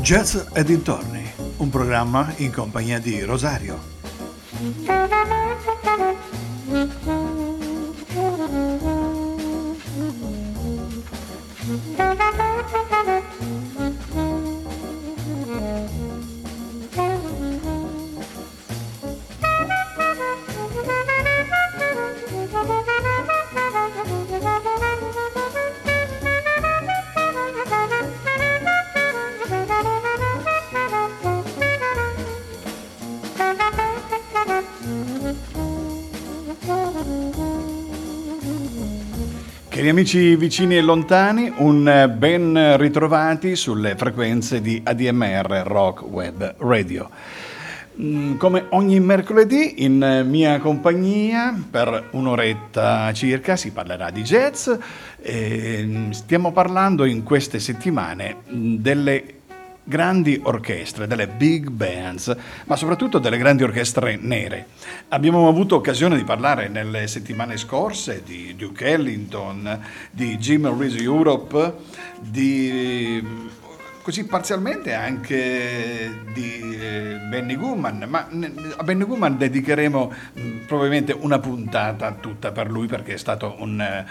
Jazz e dintorni, un programma in compagnia di Rosario. Cari amici vicini e lontani, un ben ritrovati sulle frequenze di ADMR Rock Web Radio. Come ogni mercoledì in mia compagnia per un'oretta circa si parlerà di jazz. Stiamo parlando in queste settimane delle grandi orchestre, delle big bands, ma soprattutto delle grandi orchestre nere. Abbiamo avuto occasione di parlare nelle settimane scorse di Duke Ellington, di Jim Reeves Europe, così parzialmente anche di Benny Goodman, ma a Benny Goodman dedicheremo probabilmente una puntata tutta per lui, perché è stato una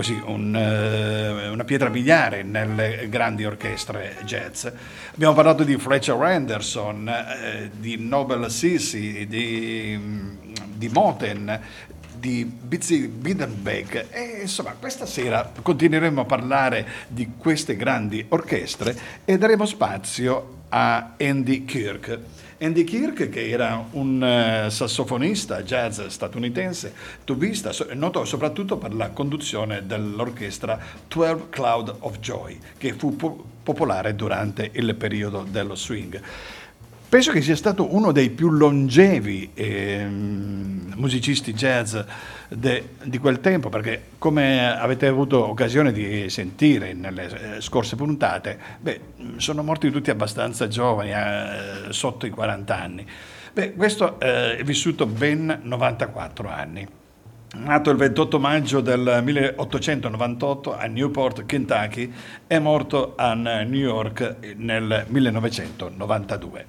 pietra miliare nelle grandi orchestre jazz. Abbiamo parlato di Fletcher Henderson, di Noble Sissi, di Moten, di Bitsy Biddenbeck, e insomma questa sera continueremo a parlare di queste grandi orchestre e daremo spazio a Andy Kirk. Andy Kirk, che era un sassofonista jazz statunitense, tubista, noto soprattutto per la conduzione dell'orchestra 12 Cloud of Joy, che fu popolare durante il periodo dello swing. Penso che sia stato uno dei più longevi musicisti jazz di quel tempo, perché, come avete avuto occasione di sentire nelle scorse puntate, sono morti tutti abbastanza giovani, sotto i 40 anni. Questo è vissuto ben 94 anni. Nato il 28 maggio del 1898 a Newport, Kentucky, è morto a New York nel 1992.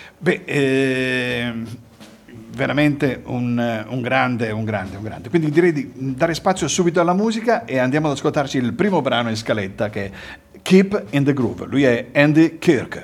Veramente un grande. Quindi direi di dare spazio subito alla musica e andiamo ad ascoltarci il primo brano in scaletta, che è Keep in the Groove. Lui è Andy Kirk.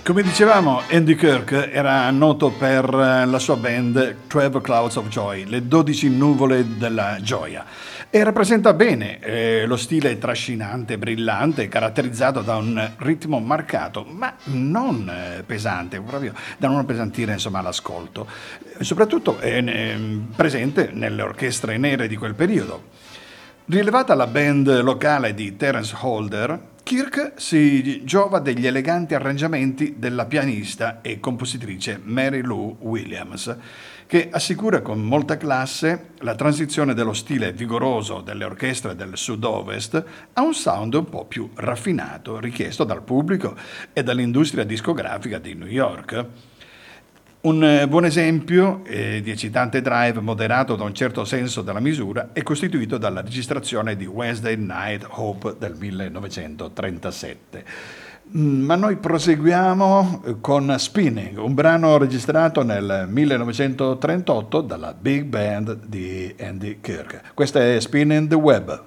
Come dicevamo, Andy Kirk era noto per la sua band 12 Clouds of Joy, le 12 nuvole della gioia, e rappresenta bene lo stile trascinante, brillante, caratterizzato da un ritmo marcato, ma non pesante, proprio da non appesantire insomma l'ascolto. Soprattutto è presente nelle orchestre nere di quel periodo. Rilevata la band locale di Terence Holder, Kirk si giova degli eleganti arrangiamenti della pianista e compositrice Mary Lou Williams, che assicura con molta classe la transizione dello stile vigoroso delle orchestre del sud-ovest a un sound un po' più raffinato, richiesto dal pubblico e dall'industria discografica di New York. Un buon esempio di eccitante drive moderato da un certo senso della misura è costituito dalla registrazione di Wednesday Night Hope del 1937. Ma noi proseguiamo con Spinning, un brano registrato nel 1938 dalla big band di Andy Kirk. Questa è Spinning the Web.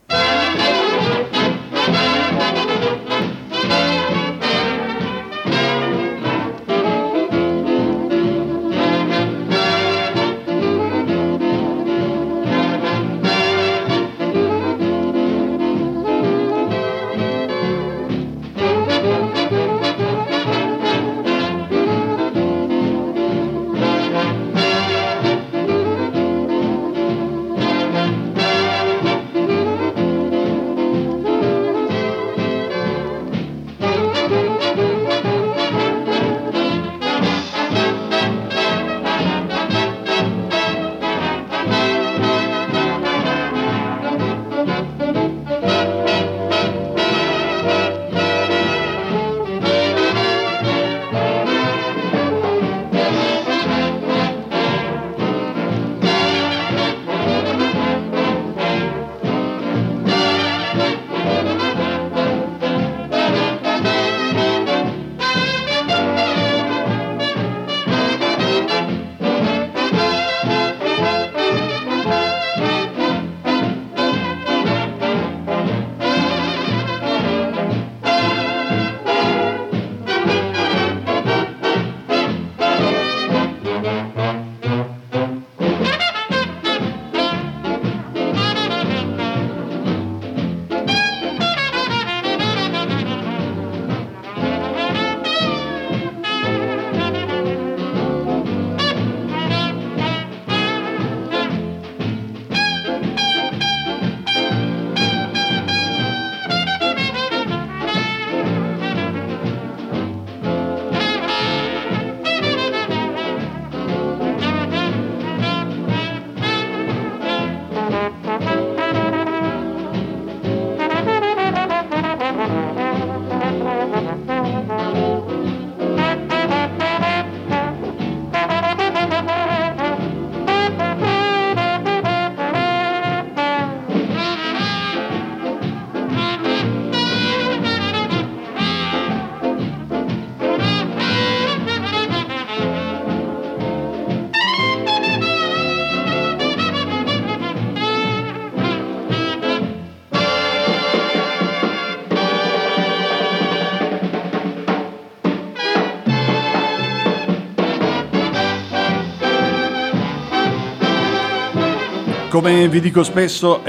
Come vi dico spesso,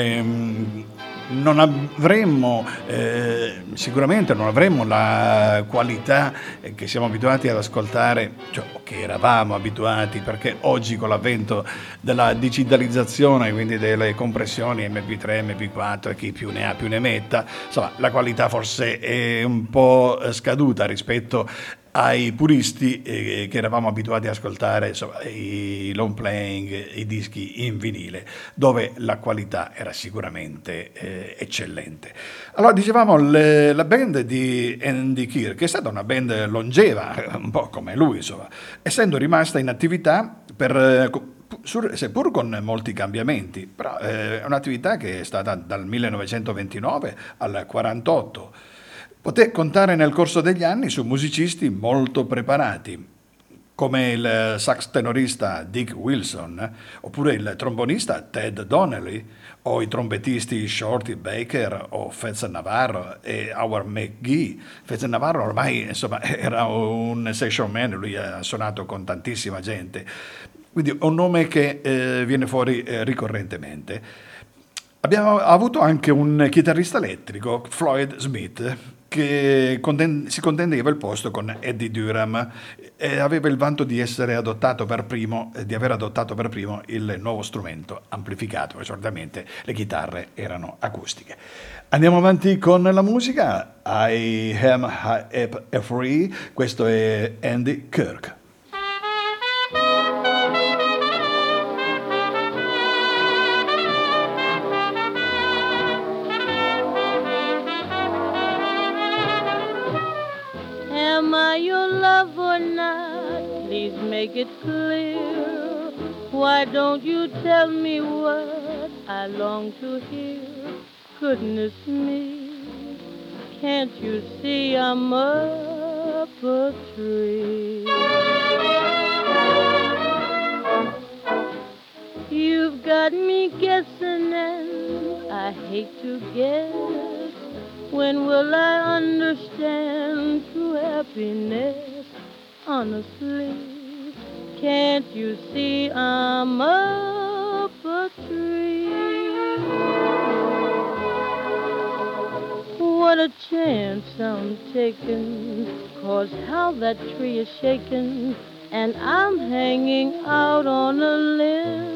non avremmo, sicuramente non avremmo la qualità che siamo abituati ad ascoltare, cioè che eravamo abituati, perché oggi con l'avvento della digitalizzazione, quindi delle compressioni MP3, MP4, chi più ne ha più ne metta, insomma la qualità forse è un po' scaduta rispetto ai puristi che eravamo abituati ad ascoltare, insomma, i long playing, i dischi in vinile, dove la qualità era sicuramente eccellente. Allora, dicevamo, la band di Andy Kirk è stata una band longeva, un po' come lui, insomma, essendo rimasta in attività seppur con molti cambiamenti, però è un'attività che è stata dal 1929 al 1948. Poté contare nel corso degli anni su musicisti molto preparati, come il sax tenorista Dick Wilson, oppure il trombonista Ted Donnelly, o i trombettisti Shorty Baker o Fats Navarro e Howard McGhee. Fats Navarro ormai insomma era un session man, lui ha suonato con tantissima gente, quindi un nome che viene fuori ricorrentemente. Abbiamo avuto anche un chitarrista elettrico, Floyd Smith, che si contendeva il posto con Eddie Durham e aveva il vanto di essere adottato per primo, di aver adottato per primo il nuovo strumento amplificato, perché solitamente le chitarre erano acustiche. Andiamo avanti con la musica. I am a free, questo è Andy Kirk. Am I your love or not? Please make it clear. Why don't you tell me what I long to hear? Goodness me, can't you see I'm up a tree? You've got me guessing and I hate to guess. When will I understand true happiness? Honestly, can't you see I'm up a tree? What a chance I'm taking, 'cause how that tree is shaking, and I'm hanging out on a limb.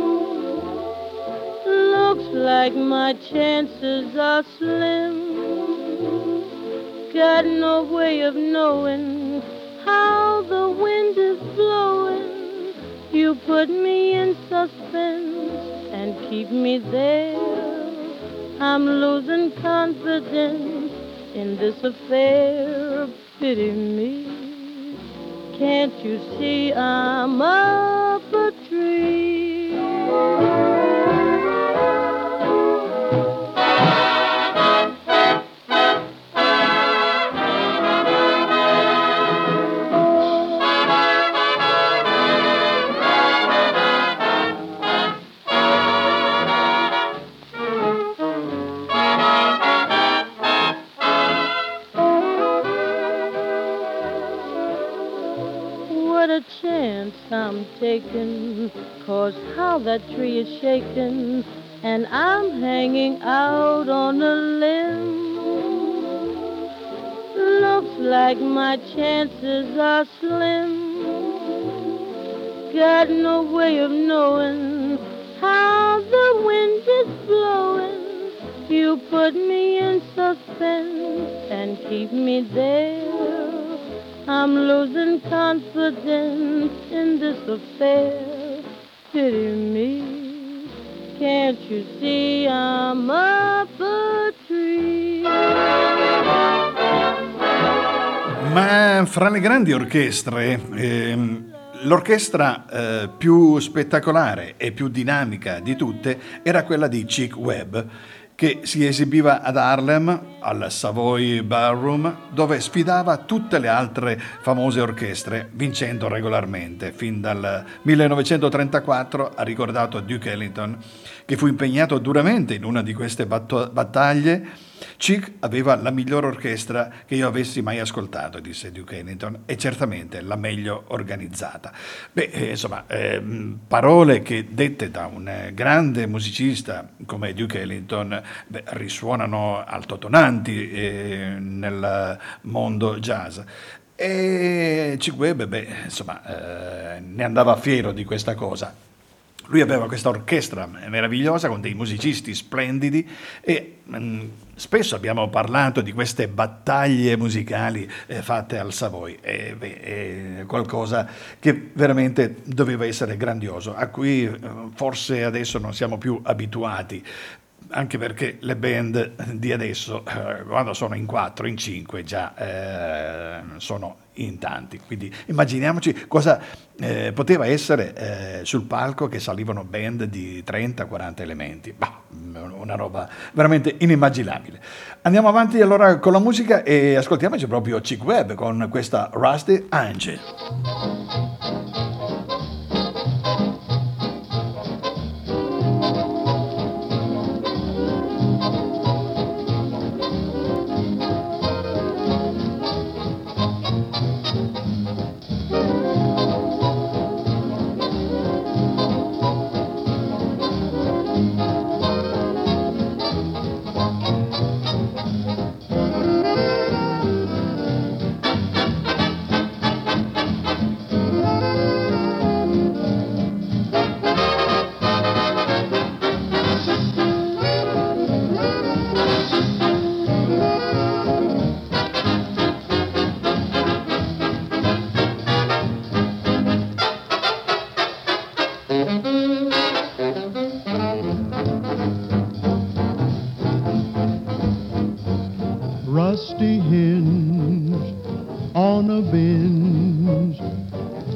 Looks like my chances are slim. Got no way of knowing how the wind is blowing. You put me in suspense and keep me there. I'm losing confidence in this affair. Pity me, can't you see I'm up a tree? I'm taking, 'cause how that tree is shaking, and I'm hanging out on a limb. Looks like my chances are slim. Got no way of knowing how the wind is blowing. You put me in suspense and keep me there. I'm losing confidence in this affair. Pity me, can't you see I'm up a tree? Ma fra le grandi orchestre, l'orchestra più spettacolare e più dinamica di tutte era quella di Chick Webb, che si esibiva ad Harlem, al Savoy Ballroom, dove sfidava tutte le altre famose orchestre, vincendo regolarmente. Fin dal 1934 ha ricordato Duke Ellington, che fu impegnato duramente in una di queste battaglie. Chick aveva la migliore orchestra che io avessi mai ascoltato, disse Duke Ellington, e certamente la meglio organizzata. Insomma, parole che dette da un grande musicista come Duke Ellington risuonano altotonanti nel mondo jazz. E Chick Webb, ne andava fiero di questa cosa. Lui aveva questa orchestra meravigliosa con dei musicisti splendidi e spesso abbiamo parlato di queste battaglie musicali fatte al Savoy. È qualcosa che veramente doveva essere grandioso, a cui forse adesso non siamo più abituati, anche perché le band di adesso, quando sono in 4, in 5, già sono in tanti. Quindi immaginiamoci cosa poteva essere sul palco che salivano band di 30-40 elementi. Una roba veramente inimmaginabile. Andiamo avanti allora con la musica e ascoltiamoci proprio Chick Webb con questa Rusty Angel.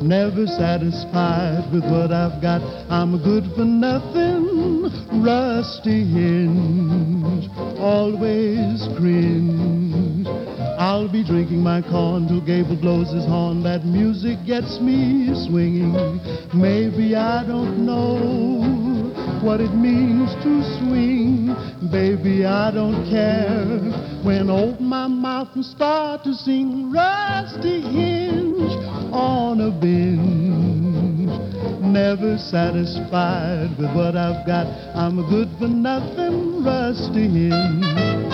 never satisfied with what I've got. I'm a good for nothing, rusty hinge, always cringe. I'll be drinking my corn till Gable blows his horn. That music gets me swinging. Maybe I don't know what it means to swing. Baby, I don't care when I open my mouth and start to sing. Rusty hinge on a binge, never satisfied with what I've got. I'm a good for nothing, rusty hinge.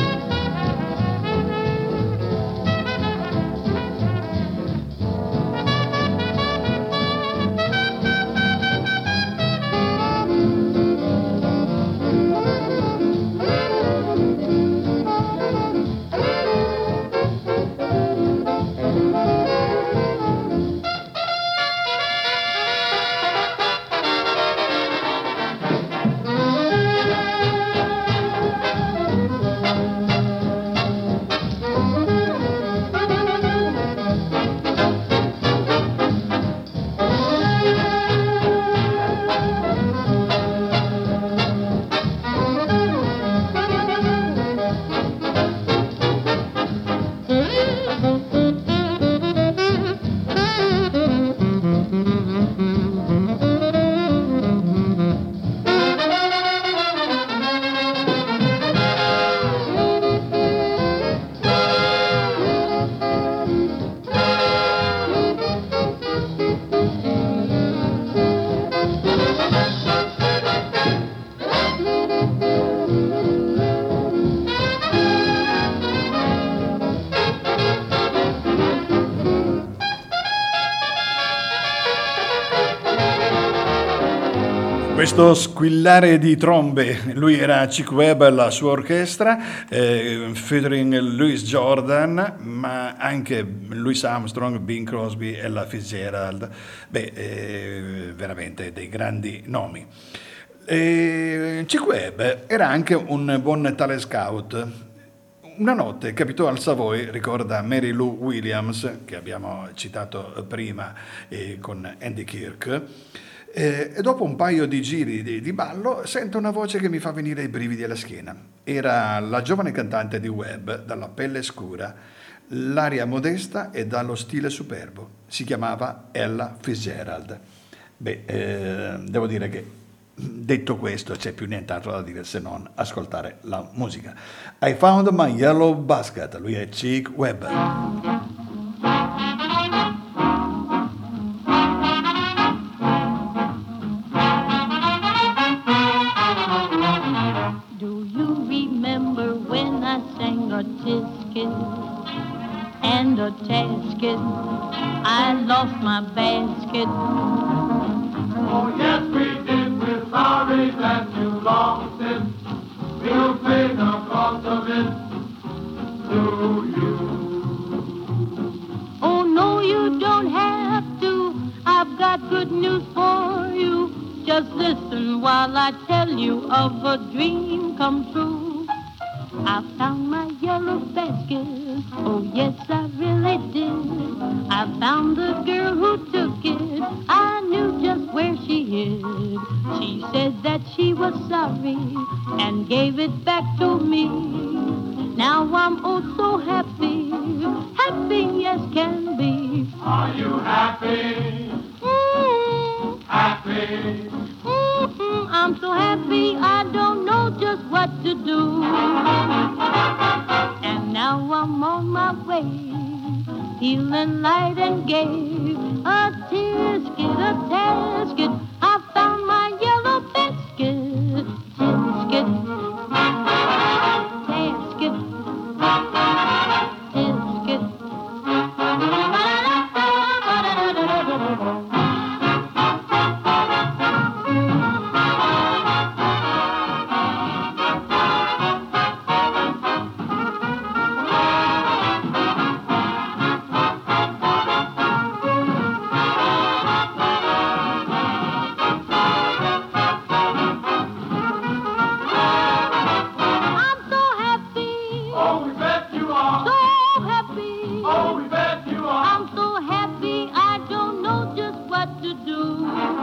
Questo squillare di trombe, lui era Chick Webb e la sua orchestra, featuring Louis Jordan, ma anche Louis Armstrong, Bing Crosby e la Fitzgerald. Veramente dei grandi nomi. Chick Webb era anche un buon talent scout. Una notte capitò al Savoy, ricorda Mary Lou Williams, che abbiamo citato prima con Andy Kirk, e dopo un paio di giri di ballo sento una voce che mi fa venire i brividi alla schiena. Era la giovane cantante di Webb, dalla pelle scura, l'aria modesta e dallo stile superbo. Si chiamava Ella Fitzgerald. Devo dire che detto questo c'è più nient'altro da dire se non ascoltare la musica. I Found My Yellow Basket, lui è Chick Webb. And a tasket, I lost my basket. Oh yes we did, we're sorry that you lost it. We'll pay the cost of it to you. Oh no, you don't have to, I've got good news for you. Just listen while I tell you of a dream come true. I found my yellow basket, oh yes I really did. I found the girl who took it, I knew just where she hid. She said that she was sorry and gave it back to me. Now I'm oh so happy, happy as can be. Are you happy? Mm-hmm. Happy? Mm-hmm. I'm so happy I don't know just what to do. And now I'm on my way, feeling light and gay. A tisket, a tasket, I found my yellow basket. Tisket, tasket, tisket. what to do.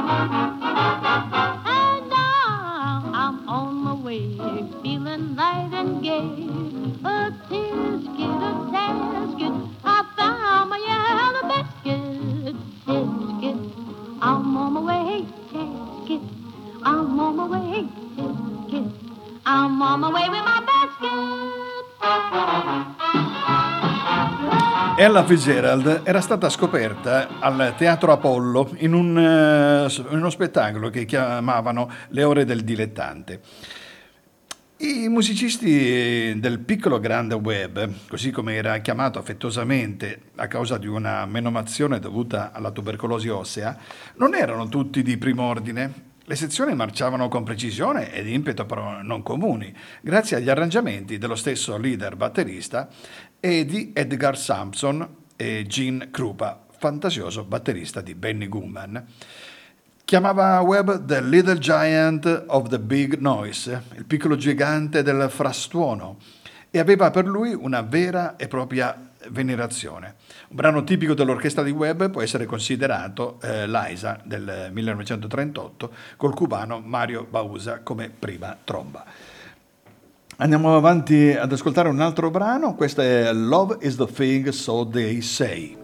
And now I'm on my way, feeling light and gay. A tisket, a tasket, I found my yellow basket. Tisket, I'm on my way, tisket, I'm on my way, tisket, I'm on my way with my basket. Ella Fitzgerald era stata scoperta al Teatro Apollo in uno spettacolo che chiamavano Le ore del dilettante. I musicisti del piccolo grande Webb, così come era chiamato affettuosamente a causa di una menomazione dovuta alla tubercolosi ossea, non erano tutti di primo ordine. Le sezioni marciavano con precisione ed impeto però non comuni, grazie agli arrangiamenti dello stesso leader batterista e di Edgar Sampson e Gene Krupa, fantasioso batterista di Benny Goodman. Chiamava Webb The Little Giant of the Big Noise, il piccolo gigante del frastuono, e aveva per lui una vera e propria venerazione. Un brano tipico dell'orchestra di Webb può essere considerato Liza del 1938 col cubano Mario Bausa come prima tromba. Andiamo avanti ad ascoltare un altro brano, questo è Love is the Thing So They Say.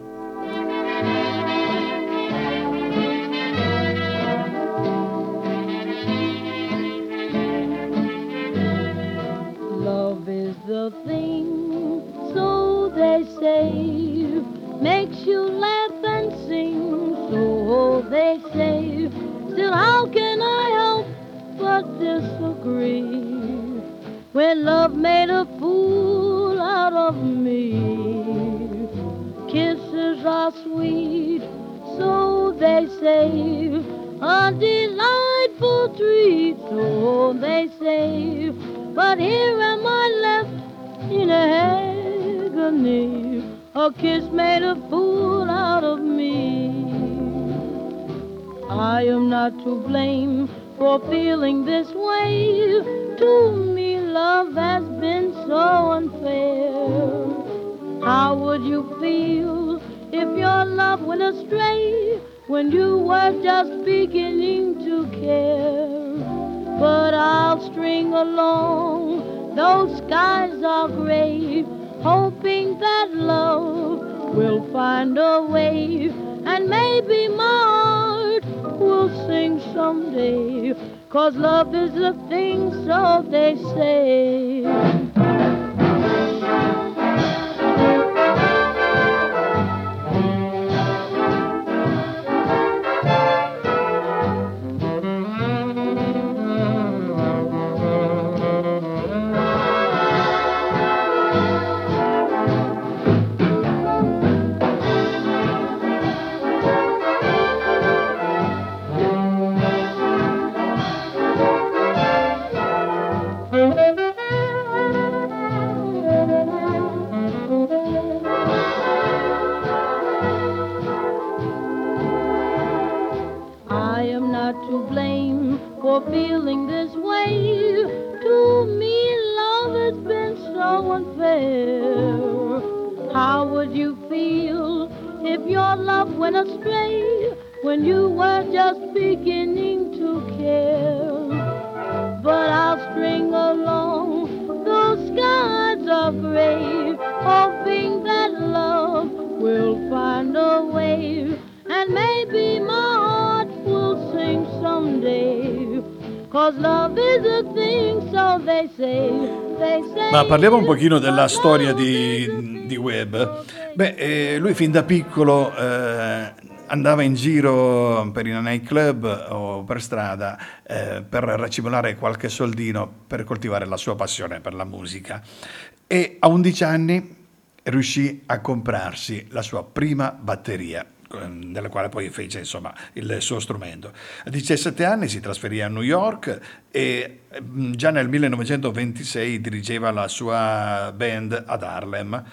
Love is the thing, so they say, makes you laugh and sing, so they say. Still, how can I help but disagree? When love made a fool out of me. Kisses are sweet, so they say, a delightful treat, so they say. But here am I left in agony. A kiss made a fool out of me. I am not to blame for feeling this way. To me, love has been so unfair. How would you feel if your love went astray when you were just beginning to care? But I'll string along, those skies are gray, hoping that love will find a way, and maybe my heart will sing someday, 'cause love is the thing, so they say. To blame for feeling this way. To me, love has been so unfair. How would you feel if your love went astray when you were just beginning to care? But I'll string along, those skies are gray, hoping that love will find a way, and maybe my heart will sing someday, 'cause love is a thing, so they say, they say. Ma parliamo un pochino della storia di Webb. Lui fin da piccolo andava in giro per i nightclub o per strada per racimolare qualche soldino per coltivare la sua passione per la musica, e a 11 anni riuscì a comprarsi la sua prima batteria, della quale poi fece insomma il suo strumento. A 17 anni si trasferì a New York e già nel 1926 dirigeva la sua band ad Harlem.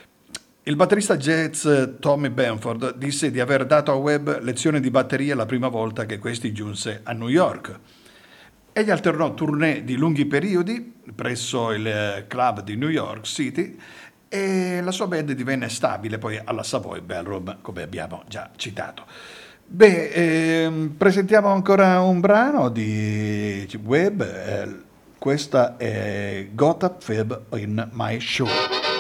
Il batterista jazz Tommy Benford disse di aver dato a Webb lezioni di batteria la prima volta che questi giunse a New York. Egli alternò tournée di lunghi periodi presso il club di New York City e la sua band divenne stabile poi alla Savoy Ballroom, come abbiamo già citato. Presentiamo ancora un brano di Webb. Questa è Got a Fib in My Shoe.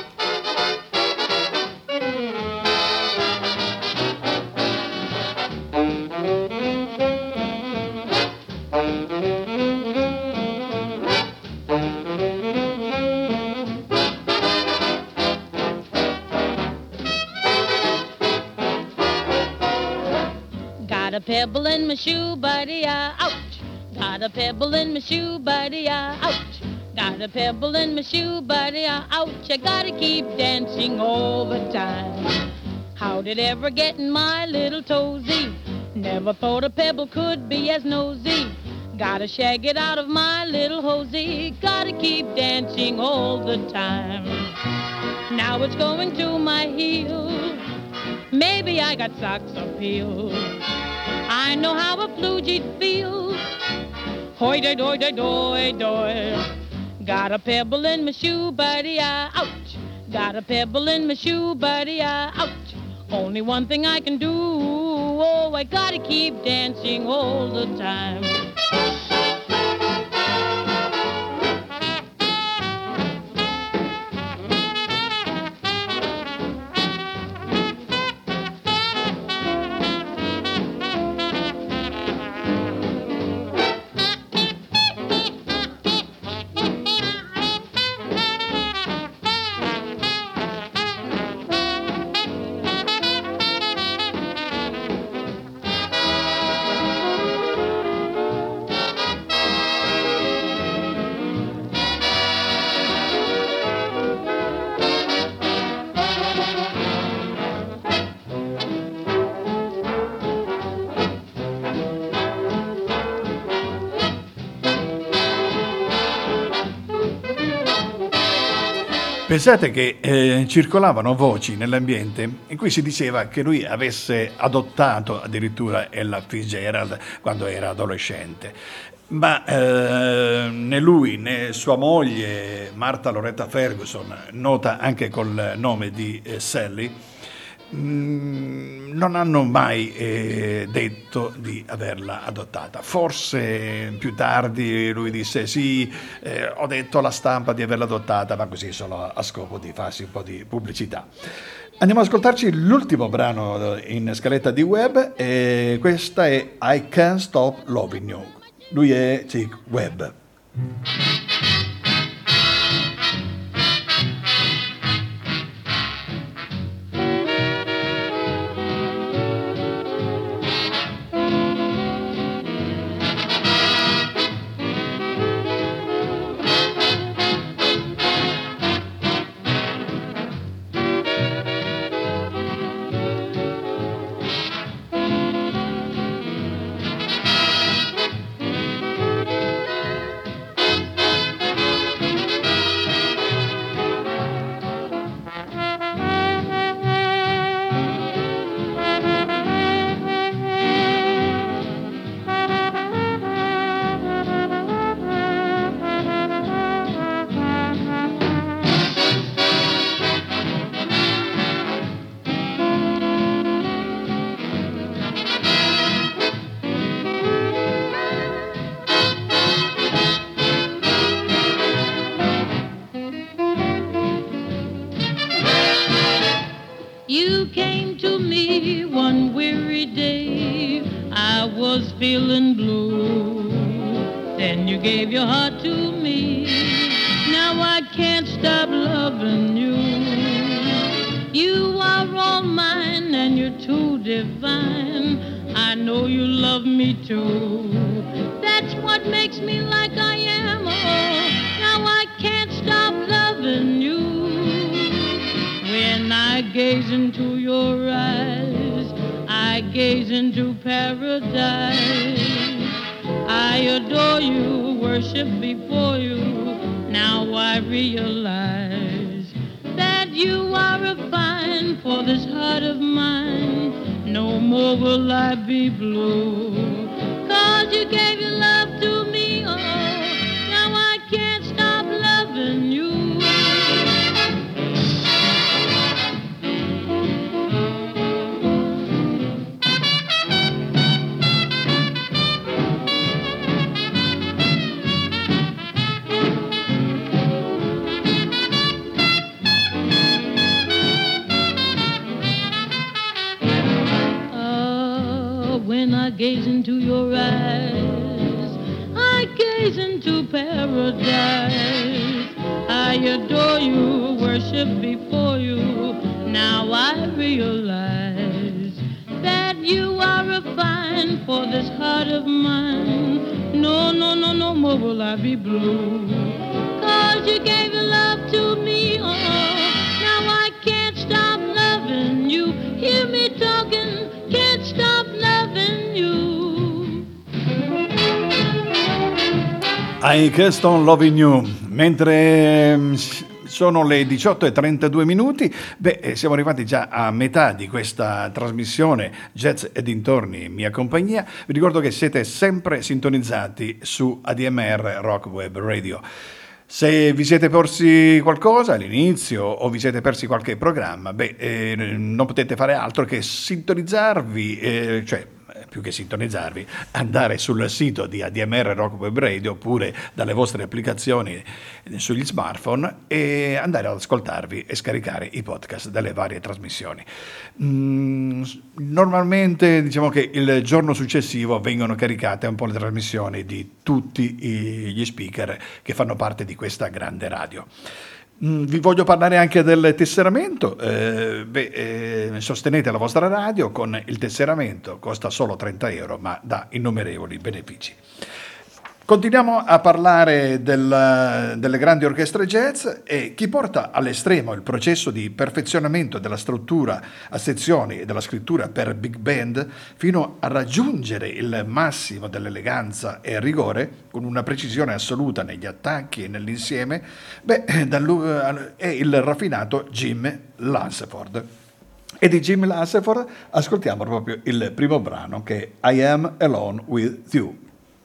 Got a pebble in my shoe, buddy, ouch. Got a pebble in my shoe, buddy, ouch. Got a pebble in my shoe, buddy, ouch. I gotta keep dancing all the time. How'd it ever get in my little toesy? Never thought a pebble could be as nosy. Gotta shag it out of my little hosey. Gotta keep dancing all the time. Now it's going to my heel. Maybe I got socks appeal. I know how a flugee'd feel. Hoy doy doy doy doy doy. Got a pebble in my shoe, buddy, ouch. Got a pebble in my shoe, buddy, ouch. Only one thing I can do, oh, I gotta keep dancing all the time. Pensate che circolavano voci nell'ambiente in cui si diceva che lui avesse adottato addirittura Ella Fitzgerald quando era adolescente, ma né lui né sua moglie Martha Loretta Ferguson, nota anche col nome di Sally, non hanno mai detto di averla adottata. Forse più tardi lui disse sì, ho detto alla stampa di averla adottata, ma così solo a scopo di farsi un po' di pubblicità. Andiamo ad ascoltarci l'ultimo brano in scaletta di Webb e questa è I Can't Stop Loving You. Lui è Chick Webb. Feeling blue, then you gave your heart to me. Now I can't stop loving you. You are all mine and you're too divine. I know you love me too. That's what makes me like I am. Oh, now I can't stop loving you. When I gaze into your eyes, I gaze into paradise. I adore you, worship before you. Now I realize that you are a fine for this heart of mine. No more will I be blue, 'cause you gave your love to me. Oh, now I can't stop loving you. when I gaze into your eyes. I gaze into paradise. I adore you, worship before you. Now I realize that you are refined for this heart of mine. No, no, no, no more will I be blue. 'Cause you gave your love to me, oh. Now I can't stop loving you. Hear me talking, can't stop loving you. I Can't Stop Loving You. Mentre sono le 18:32 minuti, siamo arrivati già a metà di questa trasmissione Jazz e dintorni in mia compagnia. Vi ricordo che siete sempre sintonizzati su ADMR Rock Web Radio. Se vi siete persi qualcosa all'inizio o vi siete persi qualche programma, non potete fare altro che sintonizzarvi, più che sintonizzarvi, andare sul sito di ADMR Rock Web Radio oppure dalle vostre applicazioni sugli smartphone e andare ad ascoltarvi e scaricare i podcast delle varie trasmissioni. Normalmente diciamo che il giorno successivo vengono caricate un po' le trasmissioni di tutti gli speaker che fanno parte di questa grande radio. Vi voglio parlare anche del tesseramento. Sostenete la vostra radio con il tesseramento, costa solo 30 euro ma dà innumerevoli benefici. Continuiamo a parlare delle grandi orchestre jazz e chi porta all'estremo il processo di perfezionamento della struttura a sezioni e della scrittura per big band fino a raggiungere il massimo dell'eleganza e rigore con una precisione assoluta negli attacchi e nell'insieme, è il raffinato Jim Lansford. E di Jim Lansford ascoltiamo proprio il primo brano che è I Am Alone With You.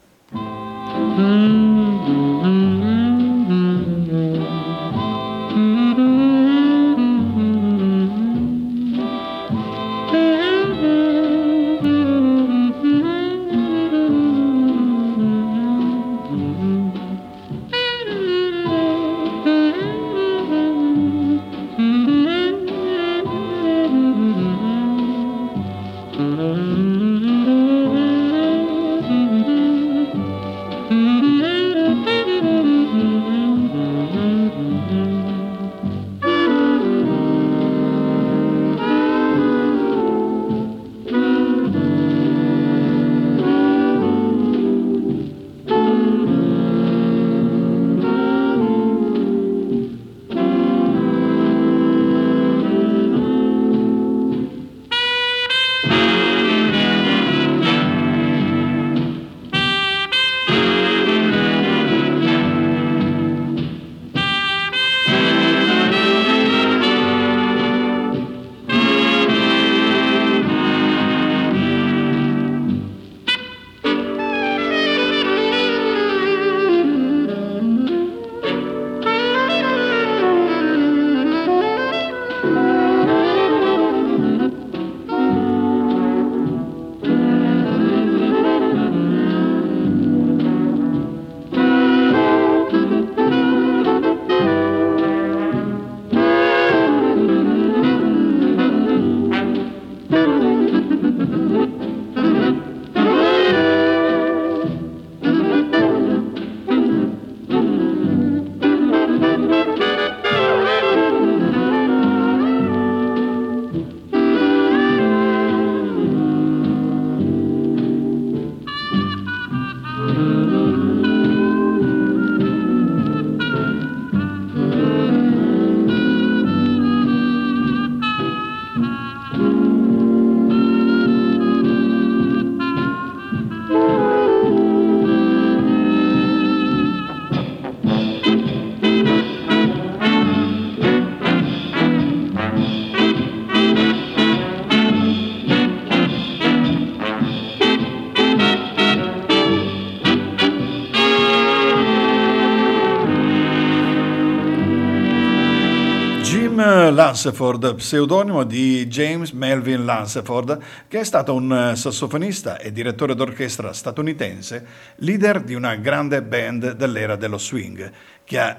Lansford, pseudonimo di James Melvin Lansford, che è stato un sassofonista e direttore d'orchestra statunitense, leader di una grande band dell'era dello swing, che ha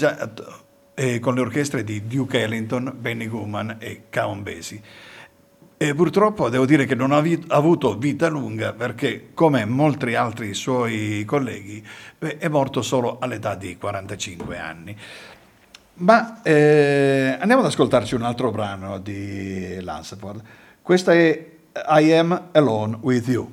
rivaleggiato con le orchestre di Duke Ellington, Benny Goodman e Count Basie. E purtroppo devo dire che non ha avuto vita lunga perché, come molti altri suoi colleghi, è morto solo all'età di 45 anni. Ma andiamo ad ascoltarci un altro brano di Lansford. Questa è I Am Alone With You.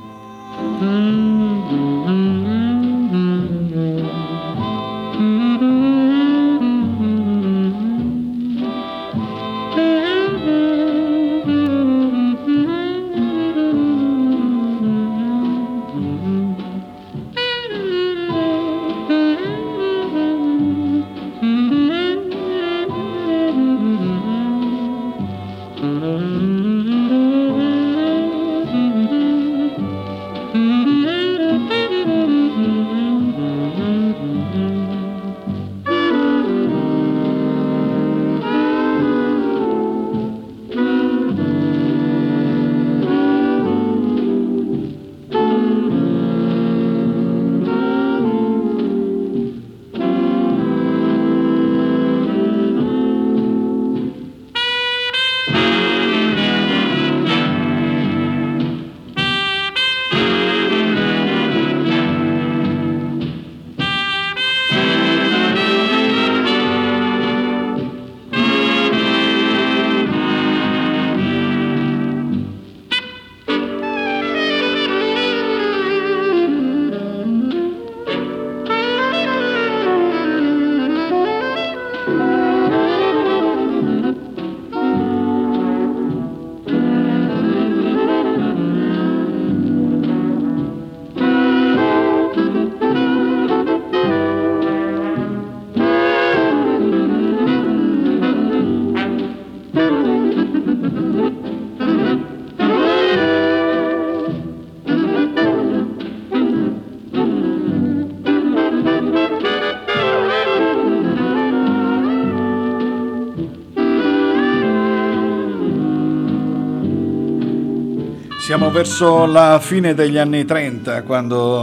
Siamo verso la fine degli anni 30 quando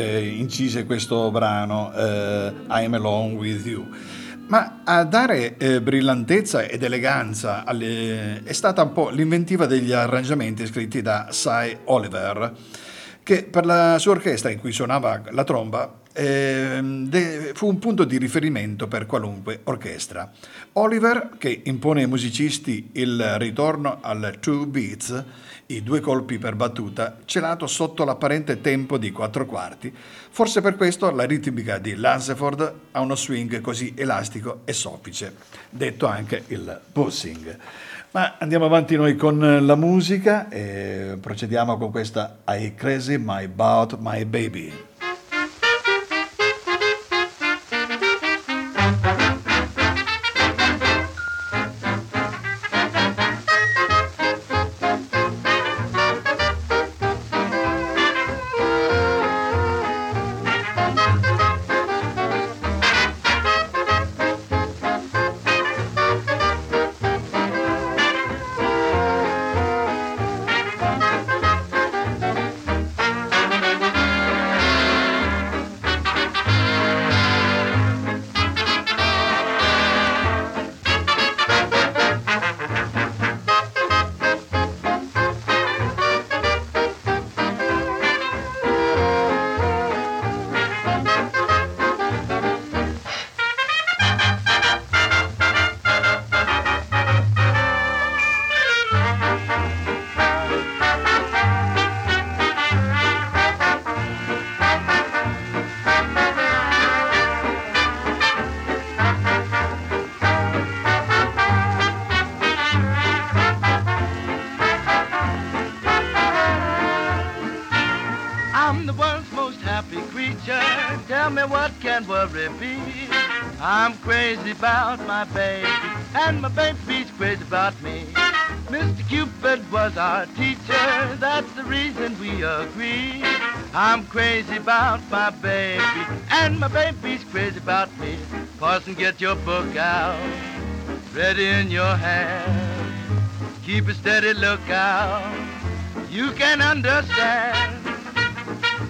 incise questo brano I Am Alone With You. Ma a dare brillantezza ed eleganza è stata un po' l'inventiva degli arrangiamenti scritti da Cy Oliver, che per la sua orchestra in cui suonava la tromba fu un punto di riferimento per qualunque orchestra. Oliver, che impone ai musicisti il ritorno al 2 beats, i 2 colpi per battuta, celato sotto l'apparente tempo di 4/4. Forse per questo la ritmica di Lansford ha uno swing così elastico e soffice, detto anche il bussing. Ma andiamo avanti noi con la musica e procediamo con questa I Crazy About My Baby. I'm crazy about my baby, and my baby's crazy about me. Mr. Cupid was our teacher, that's the reason we agree. I'm crazy about my baby, and my baby's crazy about me. Parson, get your book out, ready in your hand. Keep a steady lookout, you can understand.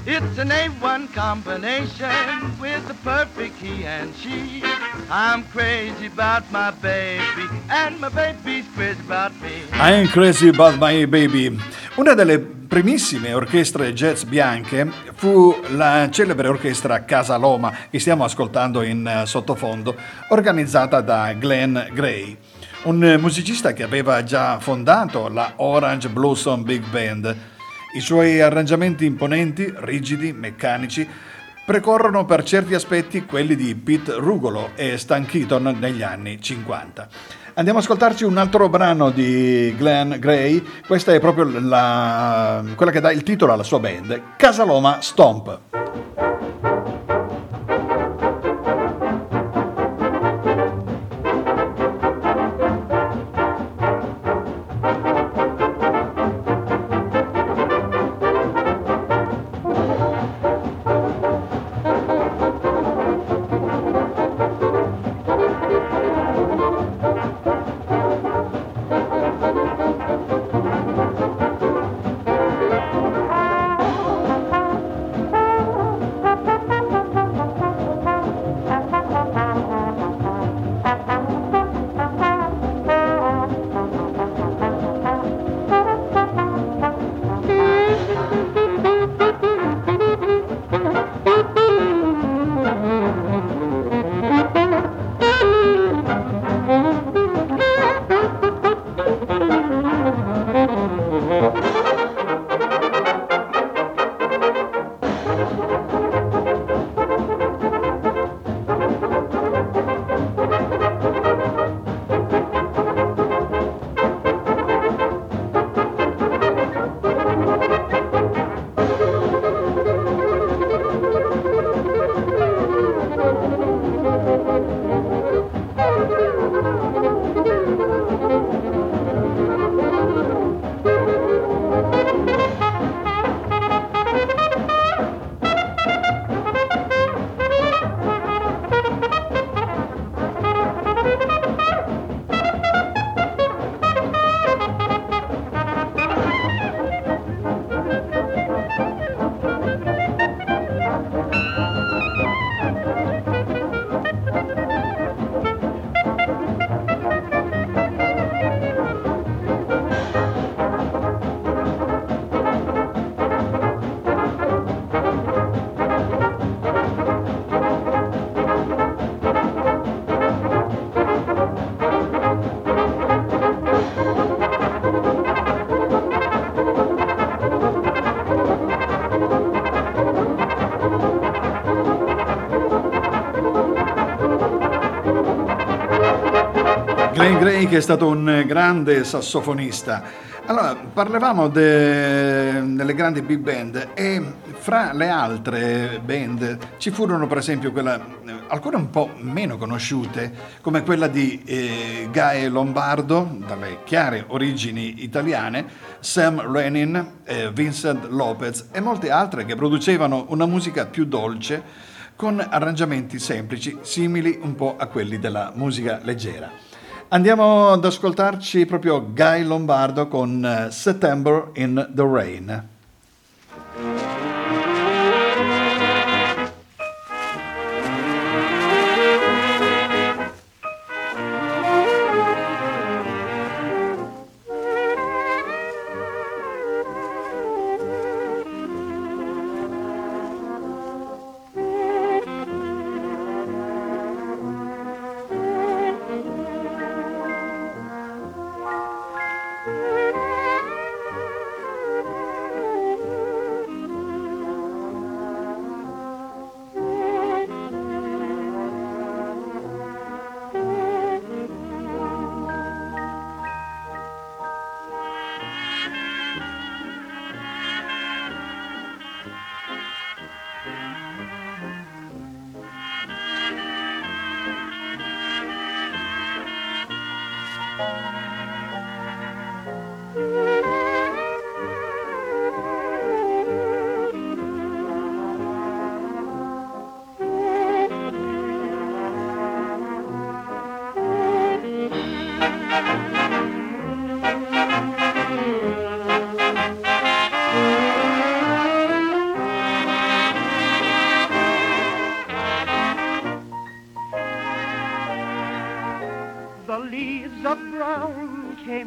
It's an A1 combination with the perfect he and she. I'm crazy about my baby and my baby's crazy about me. I'm crazy about my baby. Una delle primissime orchestre jazz bianche fu la celebre orchestra Casa Loma, che stiamo ascoltando in sottofondo, organizzata da Glenn Gray, un musicista che aveva già fondato la Orange Blossom Big Band. I suoi arrangiamenti imponenti, rigidi, meccanici, precorrono per certi aspetti quelli di Pete Rugolo e Stan Keaton negli anni 50. Andiamo ad ascoltarci un altro brano di Glenn Gray. Questa è proprio quella che dà il titolo alla sua band, Casa Loma Stomp. Glenn Gray, che è stato un grande sassofonista. Allora, parlavamo delle grandi big band e fra le altre band ci furono per esempio alcune un po' meno conosciute, come quella di Guy Lombardo, dalle chiare origini italiane, Sam Renin, Vincent Lopez e molte altre che producevano una musica più dolce con arrangiamenti semplici, simili un po' a quelli della musica leggera. Andiamo ad ascoltarci proprio Guy Lombardo con September in the Rain.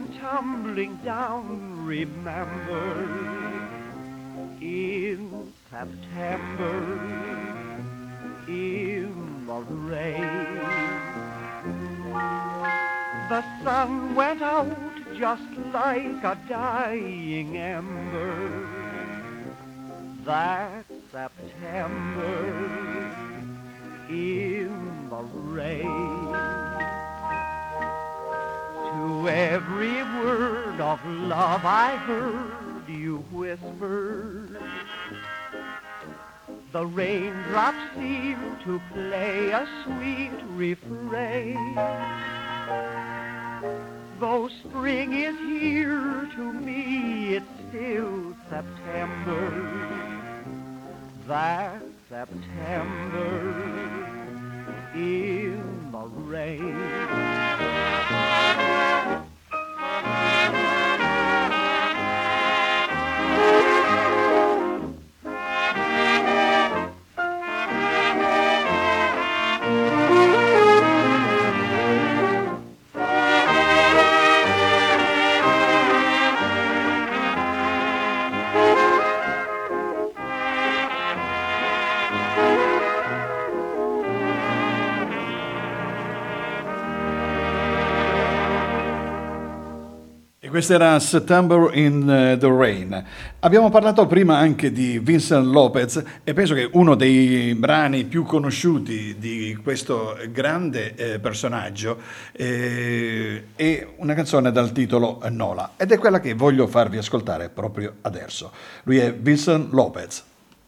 came tumbling down, remember, in September, in the rain. The sun went out just like a dying ember that September in the rain. To every word of love I heard you whisper, the raindrops seem to play a sweet refrain. Though spring is here, to me it's still September, that September in the rain. Questo era September in the Rain. Abbiamo parlato prima anche di Vincent Lopez e penso che uno dei brani più conosciuti di questo grande personaggio è una canzone dal titolo Nola ed è quella che voglio farvi ascoltare proprio adesso. Lui è Vincent Lopez.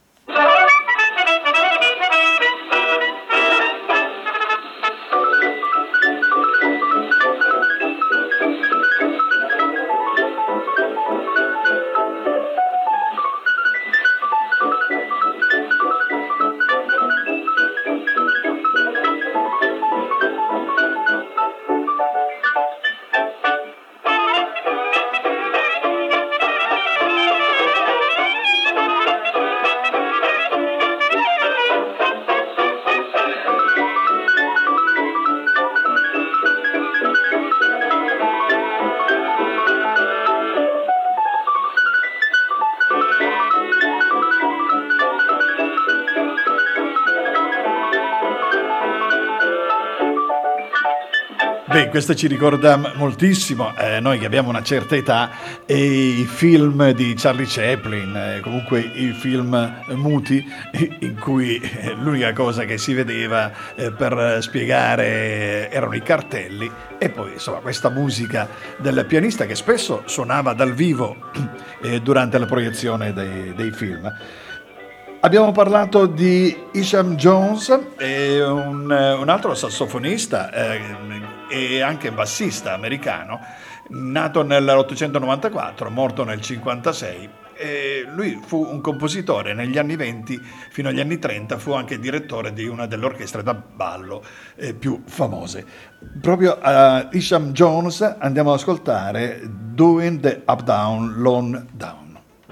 Beh, questo ci ricorda moltissimo, noi che abbiamo una certa età, e i film di Charlie Chaplin, comunque i film muti, in cui l'unica cosa che si vedeva per spiegare erano i cartelli, e poi insomma questa musica del pianista che spesso suonava dal vivo durante la proiezione dei film. Abbiamo parlato di Isham Jones, un altro sassofonista e anche bassista americano, nato nell'894, morto nel 56. Lui fu un compositore negli anni 20 fino agli anni 30, fu anche direttore di una delle orchestre da ballo più famose. Proprio a Isham Jones andiamo ad ascoltare Doing the Up Down Lone Down.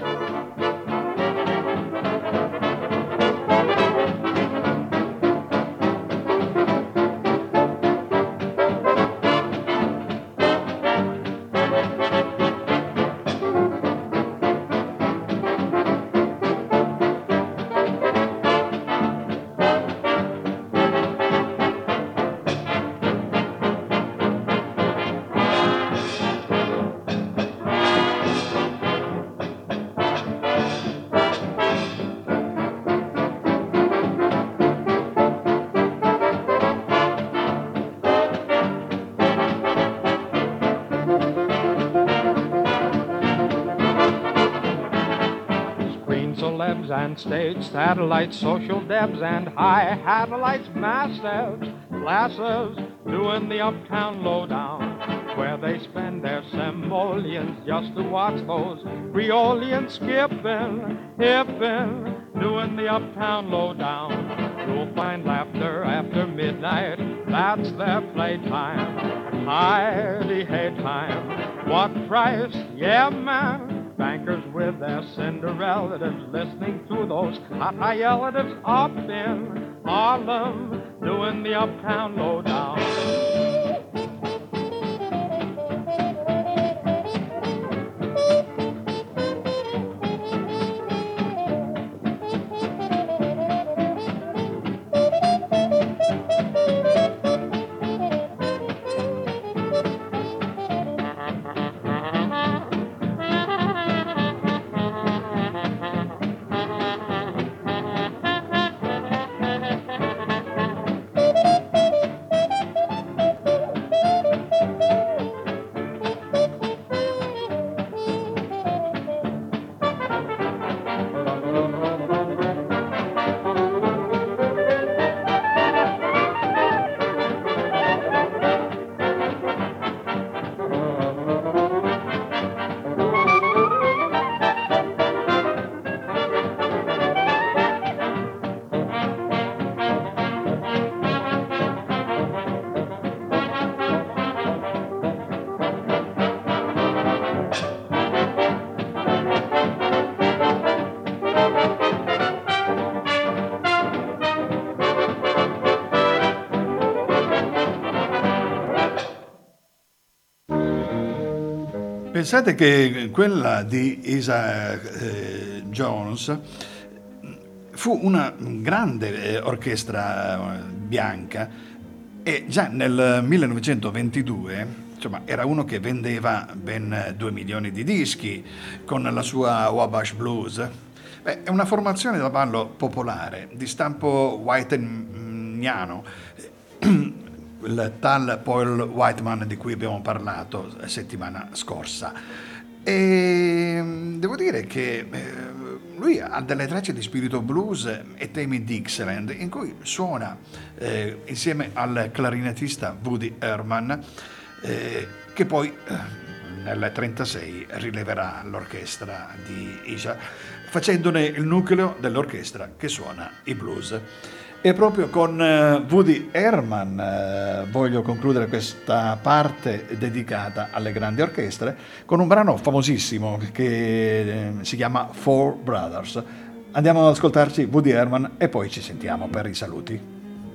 And stage satellites, social debs, and high halites, massives, glasses, doing the uptown lowdown, where they spend their simoleons just to watch those Creolians skipping, hipping, doing the uptown lowdown. You'll find laughter after midnight, that's their playtime, high-hay time. What price? Yeah, man. Bankers with their Cinderellatives, listening to those high relatives up in Harlem, doing the uptown lowdown. Pensate che quella di Isa Jones fu una grande orchestra bianca e già nel 1922, insomma, era uno che vendeva ben 2 milioni di dischi con la sua Wabash Blues. Beh, è una formazione da ballo popolare di stampo whiteniano, il tal Paul Whiteman di cui abbiamo parlato settimana scorsa. E devo dire che lui ha delle tracce di spirito blues e temi Dixieland in cui suona insieme al clarinettista Woody Herman, che poi nel 1936 rileverà l'orchestra di Isha, facendone il nucleo dell'orchestra che suona i blues. E proprio con Woody Herman voglio concludere questa parte dedicata alle grandi orchestre con un brano famosissimo che si chiama Four Brothers. Andiamo ad ascoltarci Woody Herman e poi ci sentiamo per i saluti.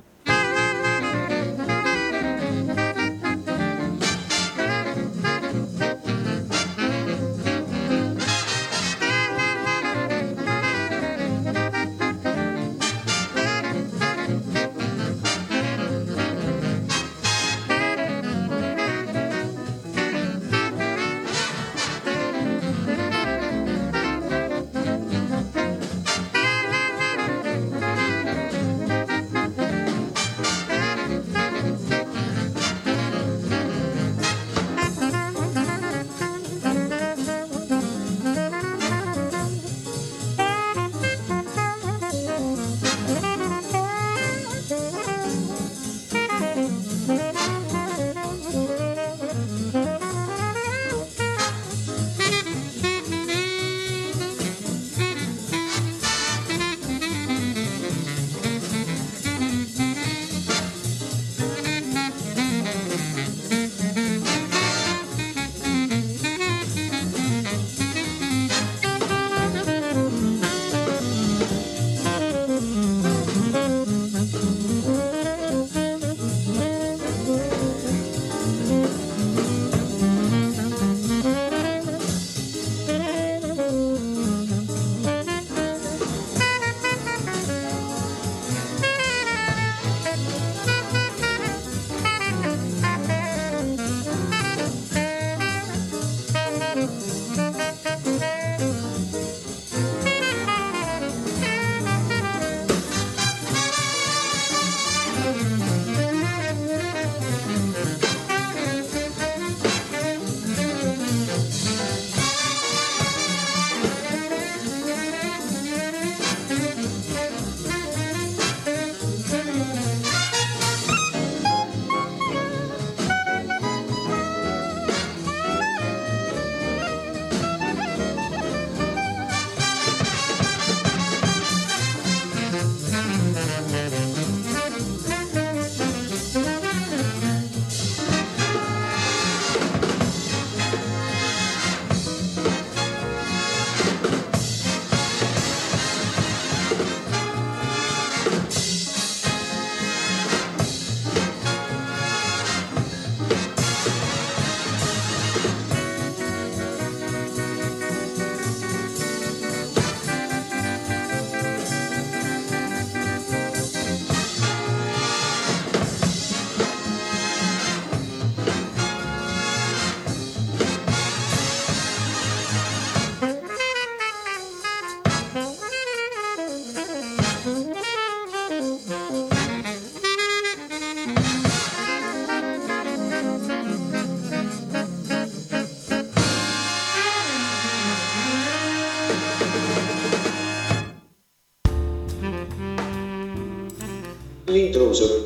L'intruso.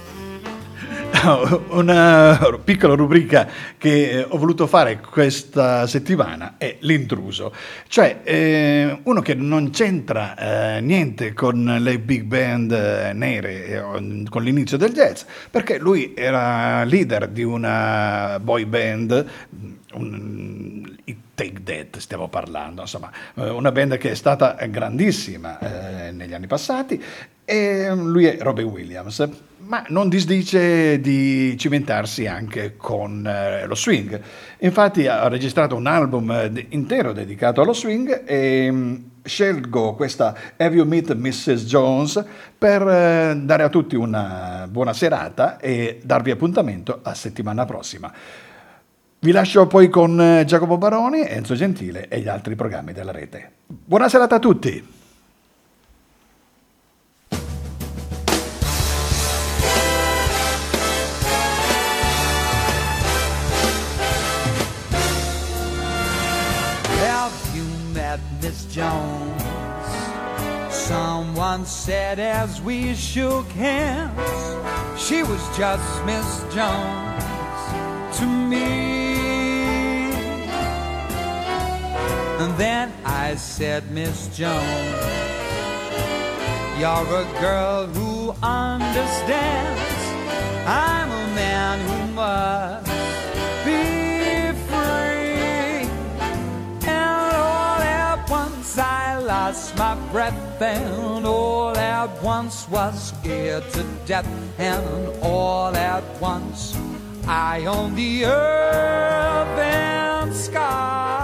Una piccola rubrica che ho voluto fare questa settimana è l'intruso, cioè uno che non c'entra niente con le big band nere, con l'inizio del jazz, perché lui era leader di una boy band, i Take That stiamo parlando, insomma, una band che è stata grandissima negli anni passati, e lui è Robbie Williams. ma non disdice di cimentarsi anche con lo swing. Infatti ha registrato un album intero dedicato allo swing e scelgo questa Have You Met Mrs. Jones per dare a tutti una buona serata e darvi appuntamento a settimana prossima. Vi lascio poi con Giacomo Baroni, Enzo Gentile e gli altri programmi della rete. Buona serata a tutti! Miss Jones, someone said as we shook hands, she was just Miss Jones to me. And then I said, Miss Jones, you're a girl who understands I'm a man who must be free. And all at once I lost my breath, and all at once was scared to death, and all at once I owned the earth and sky.